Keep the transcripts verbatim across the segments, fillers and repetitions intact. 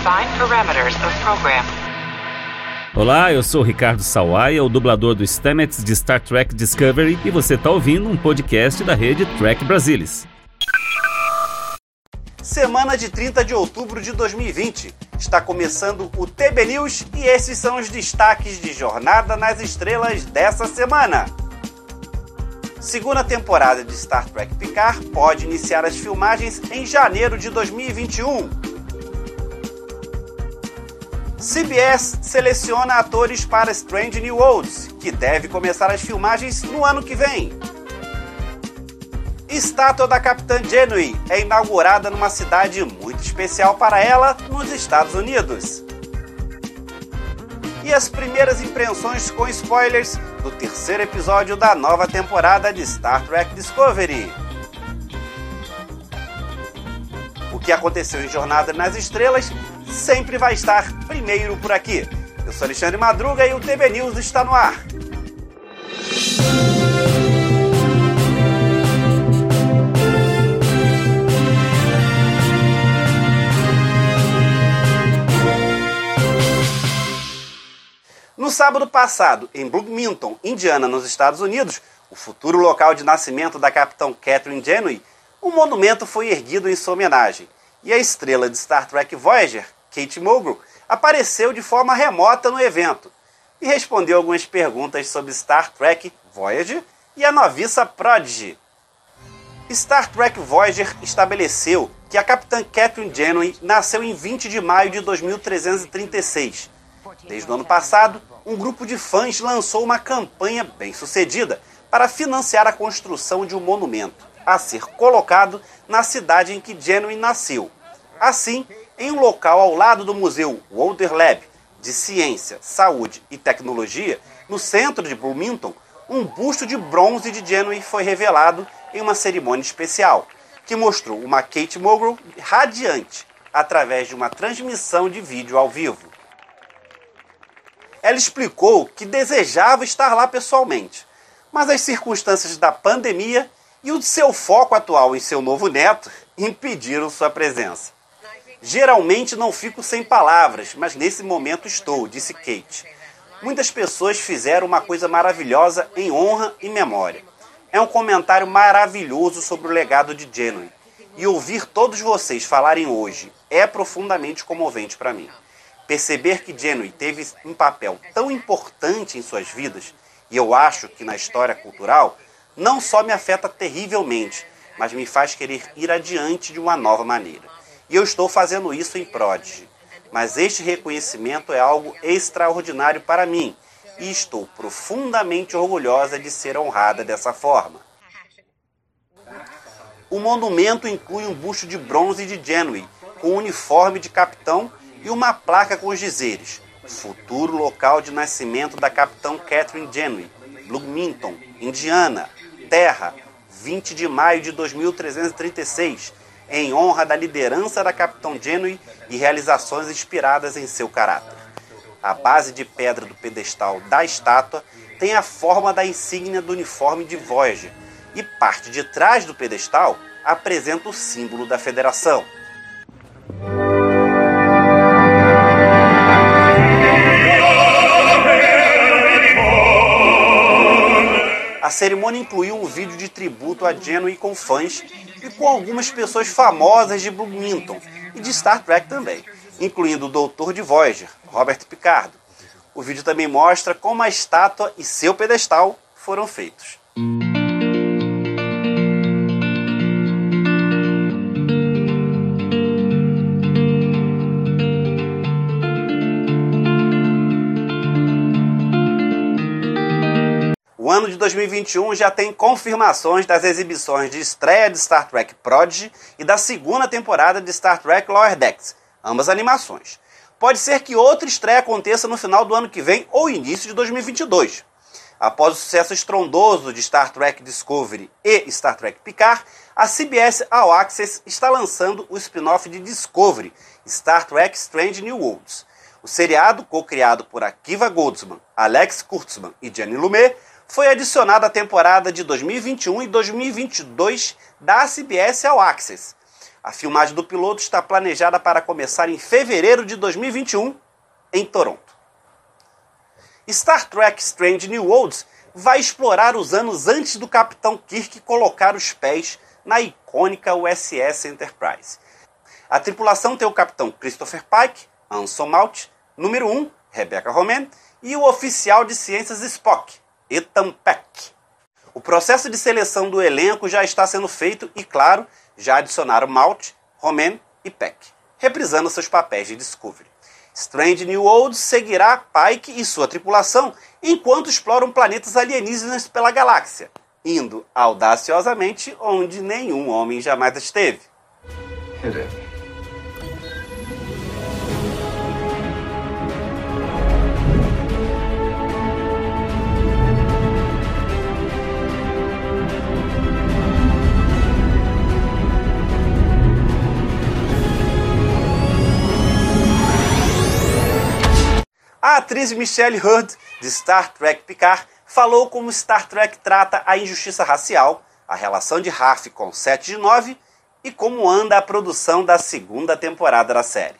Define parameters of program. Olá, eu sou o Ricardo Sawaia, o dublador do Stamets de Star Trek Discovery, e você está ouvindo um podcast da rede Trek Brasilis. Semana de trinta de outubro de dois mil e vinte. Está começando o T B News e esses são os destaques de Jornada nas Estrelas dessa semana. Segunda temporada de Star Trek Picard pode iniciar as filmagens em janeiro de dois mil e vinte e um. C B S seleciona atores para Strange New Worlds, que deve começar as filmagens no ano que vem. Estátua da Capitã Janeway é inaugurada numa cidade muito especial para ela, nos Estados Unidos. E as primeiras impressões com spoilers do terceiro episódio da nova temporada de Star Trek Discovery. O que aconteceu em Jornada nas Estrelas sempre vai estar primeiro por aqui. Eu sou Alexandre Madruga e o T B News está no ar. No sábado passado, em Bloomington, Indiana, nos Estados Unidos, o futuro local de nascimento da capitã Kathryn Janeway, um monumento foi erguido em sua homenagem, e a estrela de Star Trek Voyager, Kate Mulgrew, apareceu de forma remota no evento e respondeu algumas perguntas sobre Star Trek Voyager e a noviça Prodigy. Star Trek Voyager estabeleceu que a capitã Kathryn Janeway nasceu em vinte de maio de dois mil trezentos e trinta e seis. Desde o ano passado, um grupo de fãs lançou uma campanha bem-sucedida para financiar a construção de um monumento a ser colocado na cidade em que Janeway nasceu. Assim, em um local ao lado do Museu Walter Lab de Ciência, Saúde e Tecnologia, no centro de Bloomington, um busto de bronze de Janeway foi revelado em uma cerimônia especial, que mostrou uma Kate Mulgrew radiante através de uma transmissão de vídeo ao vivo. Ela explicou que desejava estar lá pessoalmente, mas as circunstâncias da pandemia e o seu foco atual em seu novo neto impediram sua presença. Geralmente não fico sem palavras, mas nesse momento estou, disse Kate. Muitas pessoas fizeram uma coisa maravilhosa em honra e memória. É um comentário maravilhoso sobre o legado de Janeway. E ouvir todos vocês falarem hoje é profundamente comovente para mim. Perceber que Janeway teve um papel tão importante em suas vidas, e eu acho que na história cultural, não só me afeta terrivelmente, mas me faz querer ir adiante de uma nova maneira. E eu estou fazendo isso em Prodigy. Mas este reconhecimento é algo extraordinário para mim, e estou profundamente orgulhosa de ser honrada dessa forma. O monumento inclui um busto de bronze de Janeway, com um uniforme de capitão e uma placa com os dizeres: futuro local de nascimento da capitã Kathryn Janeway, Bloomington, Indiana, Terra, vinte de maio de dois mil trezentos e trinta e seis, em honra da liderança da capitã Janeway e realizações inspiradas em seu caráter. A base de pedra do pedestal da estátua tem a forma da insígnia do uniforme de Voyager e parte de trás do pedestal apresenta o símbolo da Federação. A cerimônia incluiu um vídeo de tributo a Janeway com fãs e com algumas pessoas famosas de Bloomington e de Star Trek também, incluindo o doutor de Voyager, Robert Picardo. O vídeo também mostra como a estátua e seu pedestal foram feitos. O ano de dois mil e vinte e um já tem confirmações das exibições de estreia de Star Trek Prodigy e da segunda temporada de Star Trek Lower Decks, ambas animações. Pode ser que outra estreia aconteça no final do ano que vem ou início de dois mil e vinte e dois. Após o sucesso estrondoso de Star Trek Discovery e Star Trek Picard, a C B S All Access está lançando o spin-off de Discovery, Star Trek Strange New Worlds. O seriado, co-criado por Akiva Goldsman, Alex Kurtzman e Jenny Lumet, foi adicionado à temporada de dois mil e vinte e um e dois mil e vinte e dois da C B S All Access. A filmagem do piloto está planejada para começar em fevereiro de dois mil e vinte e um, em Toronto. Star Trek Strange New Worlds vai explorar os anos antes do Capitão Kirk colocar os pés na icônica U S S Enterprise. A tripulação tem o Capitão Christopher Pike, Anson Mount, número um, Rebecca Romijn, e o oficial de ciências Spock, Ethan Peck. O processo de seleção do elenco já está sendo feito e, claro, já adicionaram Mount, Romijn e Peck, reprisando seus papéis de Discovery. Strange New Worlds seguirá Pike e sua tripulação enquanto exploram planetas alienígenas pela galáxia, indo audaciosamente onde nenhum homem jamais esteve. Hit it. A atriz Michelle Hurd, de Star Trek Picard, falou como Star Trek trata a injustiça racial, a relação de Raf com sete de nove e como anda a produção da segunda temporada da série.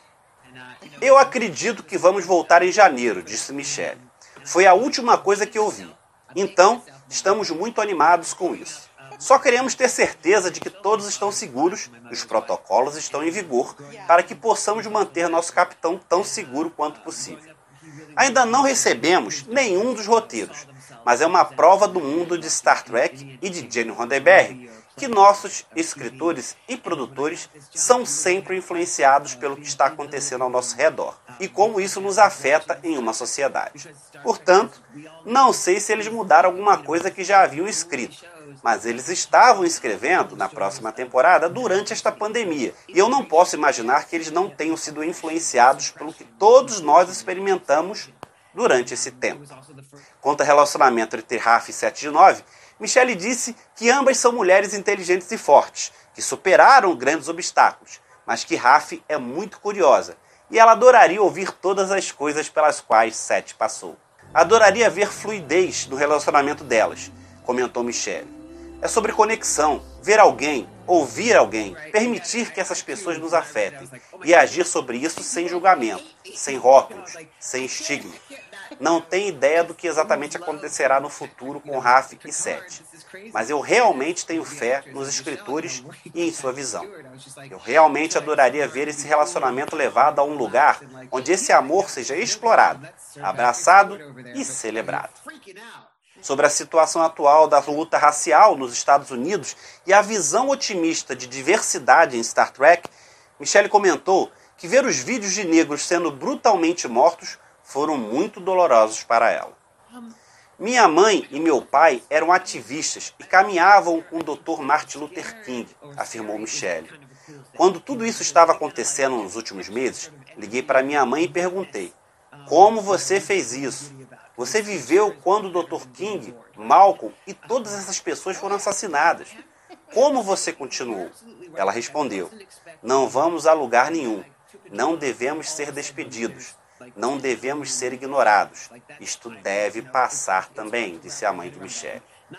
Eu acredito que vamos voltar em janeiro, disse Michelle. Foi a última coisa que eu vi. Então, estamos muito animados com isso. Só queremos ter certeza de que todos estão seguros e os protocolos estão em vigor para que possamos manter nosso capitão tão seguro quanto possível. Ainda não recebemos nenhum dos roteiros, mas é uma prova do mundo de Star Trek e de Gene Roddenberry que nossos escritores e produtores são sempre influenciados pelo que está acontecendo ao nosso redor e como isso nos afeta em uma sociedade. Portanto, não sei se eles mudaram alguma coisa que já haviam escrito, mas eles estavam escrevendo na próxima temporada durante esta pandemia, e eu não posso imaginar que eles não tenham sido influenciados pelo que todos nós experimentamos durante esse tempo. Quanto ao relacionamento entre Raf e sete de nove, Michelle disse que ambas são mulheres inteligentes e fortes, que superaram grandes obstáculos, mas que Raf é muito curiosa, e ela adoraria ouvir todas as coisas pelas quais Sete passou. Adoraria ver fluidez no relacionamento delas, comentou Michelle. É sobre conexão, ver alguém, ouvir alguém, permitir que essas pessoas nos afetem e agir sobre isso sem julgamento, sem rótulos, sem estigma. Não tenho ideia do que exatamente acontecerá no futuro com Raf e Sete, mas eu realmente tenho fé nos escritores e em sua visão. Eu realmente adoraria ver esse relacionamento levado a um lugar onde esse amor seja explorado, abraçado e celebrado. Sobre a situação atual da luta racial nos Estados Unidos e a visão otimista de diversidade em Star Trek, Michelle comentou que ver os vídeos de negros sendo brutalmente mortos foram muito dolorosos para ela. Minha mãe e meu pai eram ativistas e caminhavam com o doutor Martin Luther King, afirmou Michelle. Quando tudo isso estava acontecendo nos últimos meses, liguei para minha mãe e perguntei: como você fez isso? Você viveu quando o doutor King, Malcolm e todas essas pessoas foram assassinadas. Como você continuou? Ela respondeu: não vamos a lugar nenhum. Não devemos ser despedidos. Não devemos ser ignorados. Isto deve passar também, disse a mãe de Michelle.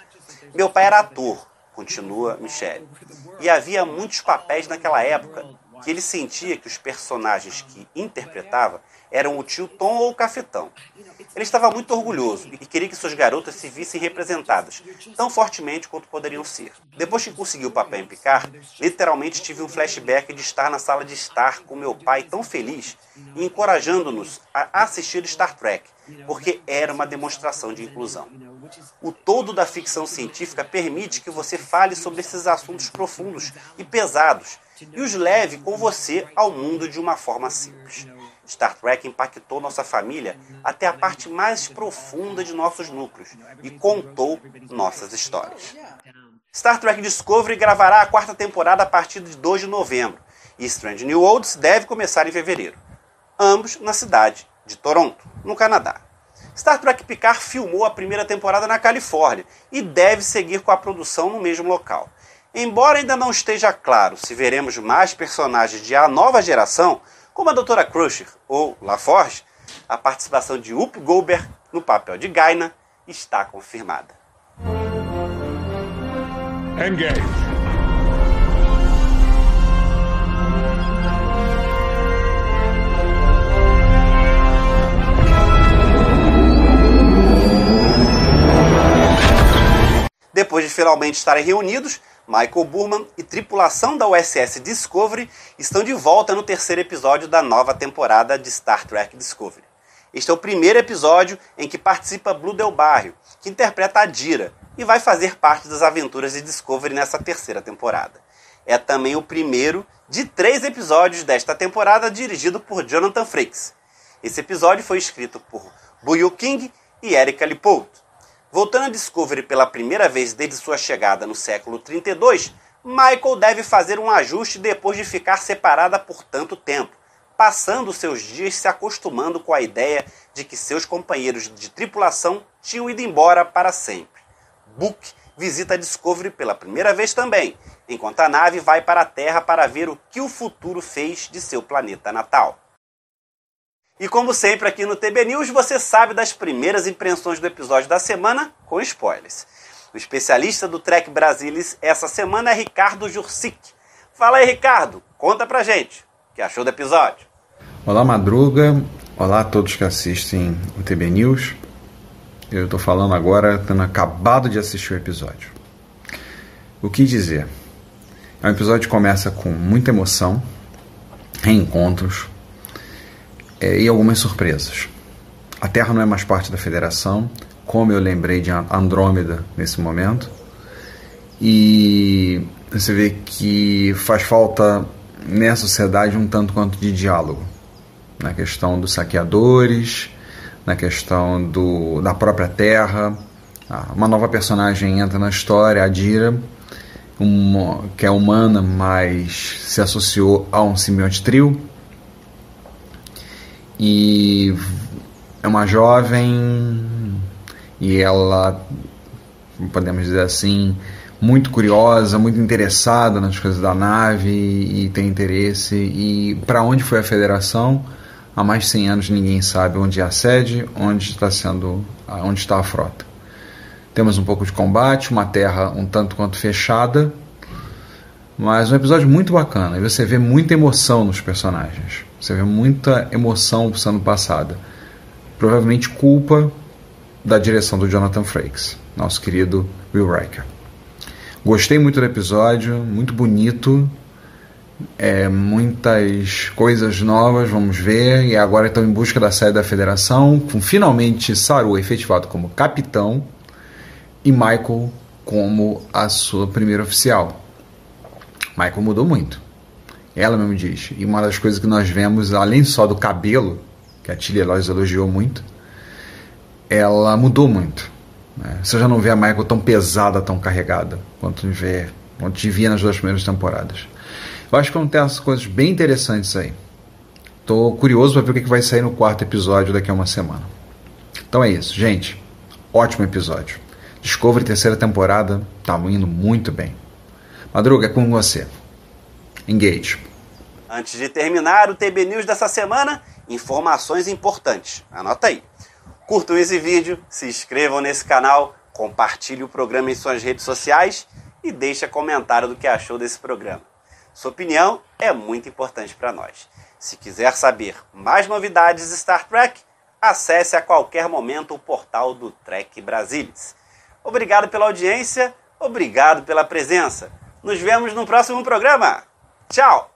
Meu pai era ator, continua Michelle, e havia muitos papéis naquela época que ele sentia que os personagens que interpretava eram o tio Tom ou o cafetão. Ele estava muito orgulhoso e queria que suas garotas se vissem representadas tão fortemente quanto poderiam ser. Depois que conseguiu o papel em Picard, literalmente tive um flashback de estar na sala de estar com meu pai tão feliz e encorajando-nos a assistir Star Trek, porque era uma demonstração de inclusão. O todo da ficção científica permite que você fale sobre esses assuntos profundos e pesados e os leve com você ao mundo de uma forma simples. Star Trek impactou nossa família até a parte mais profunda de nossos núcleos e contou nossas histórias. Star Trek Discovery gravará a quarta temporada a partir de dois de novembro e Strange New Worlds deve começar em fevereiro, ambos na cidade de Toronto, no Canadá. Star Trek Picard filmou a primeira temporada na Califórnia e deve seguir com a produção no mesmo local. Embora ainda não esteja claro se veremos mais personagens de A Nova Geração, como a doutora Crusher ou LaForge, a participação de Whoopi Goldberg no papel de Guinan está confirmada. Engage. Depois de finalmente estarem reunidos, Michael Burnham e tripulação da U S S Discovery estão de volta no terceiro episódio da nova temporada de Star Trek Discovery. Este é o primeiro episódio em que participa Blue Del Barrio, que interpreta a Dira, e vai fazer parte das aventuras de Discovery nessa terceira temporada. É também o primeiro de três episódios desta temporada dirigido por Jonathan Frakes. Esse episódio foi escrito por Buell King e Erica Lipold. Voltando a Discovery pela primeira vez desde sua chegada no século trinta e dois, Michael deve fazer um ajuste depois de ficar separada por tanto tempo, passando seus dias se acostumando com a ideia de que seus companheiros de tripulação tinham ido embora para sempre. Book visita a Discovery pela primeira vez também, enquanto a nave vai para a Terra para ver o que o futuro fez de seu planeta natal. E como sempre aqui no T B News, você sabe das primeiras impressões do episódio da semana com spoilers. O especialista do Trek Brasilis essa semana é Ricardo Jursic. Fala aí, Ricardo, conta pra gente o que achou do episódio. Olá, Madruga. Olá a todos que assistem o T B News. Eu estou falando agora, tendo acabado de assistir o episódio. O que dizer? É um episódio que começa com muita emoção, reencontros, É, e algumas surpresas. A Terra não é mais parte da Federação, como eu lembrei de Andrômeda nesse momento, e você vê que faz falta nessa sociedade um tanto quanto de diálogo, na questão dos saqueadores, na questão do, da própria Terra. Uma nova personagem entra na história, a Dira, uma, que é humana, mas se associou a um simbionte trio, e é uma jovem e ela, podemos dizer assim, muito curiosa, muito interessada nas coisas da nave e tem interesse. E para onde foi a Federação? Há mais de cem anos ninguém sabe onde é a sede, onde está sendo, onde está a frota. Temos um pouco de combate, uma terra um tanto quanto fechada, mas um episódio muito bacana. E você vê muita emoção nos personagens. Você vê muita emoção sendo passada. Provavelmente culpa da direção do Jonathan Frakes, nosso querido Will Riker. Gostei muito do episódio, muito bonito. É, muitas coisas novas, vamos ver. E agora estão em busca da sede da Federação, com finalmente Saru efetivado como capitão e Michael como a sua primeira oficial. Michael mudou muito. Ela mesmo diz. E uma das coisas que nós vemos, além só do cabelo, que a Tilly Lois elogiou muito, ela mudou muito. Né? Você já não vê a Michael tão pesada, tão carregada, quanto vê, quanto te via nas duas primeiras temporadas. Eu acho que vão ter umas coisas bem interessantes aí. Estou curioso para ver o que vai sair no quarto episódio daqui a uma semana. Então é isso, gente. Ótimo episódio. Discovery, terceira temporada, tá indo muito bem. Madruga, é com você. Engage. Antes de terminar o T B News dessa semana, informações importantes. Anota aí. Curtam esse vídeo, se inscrevam nesse canal, compartilhem o programa em suas redes sociais e deixem comentário do que achou desse programa. Sua opinião é muito importante para nós. Se quiser saber mais novidades de Star Trek, acesse a qualquer momento o portal do Trek Brasilis. Obrigado pela audiência, obrigado pela presença. Nos vemos no próximo programa. Tchau!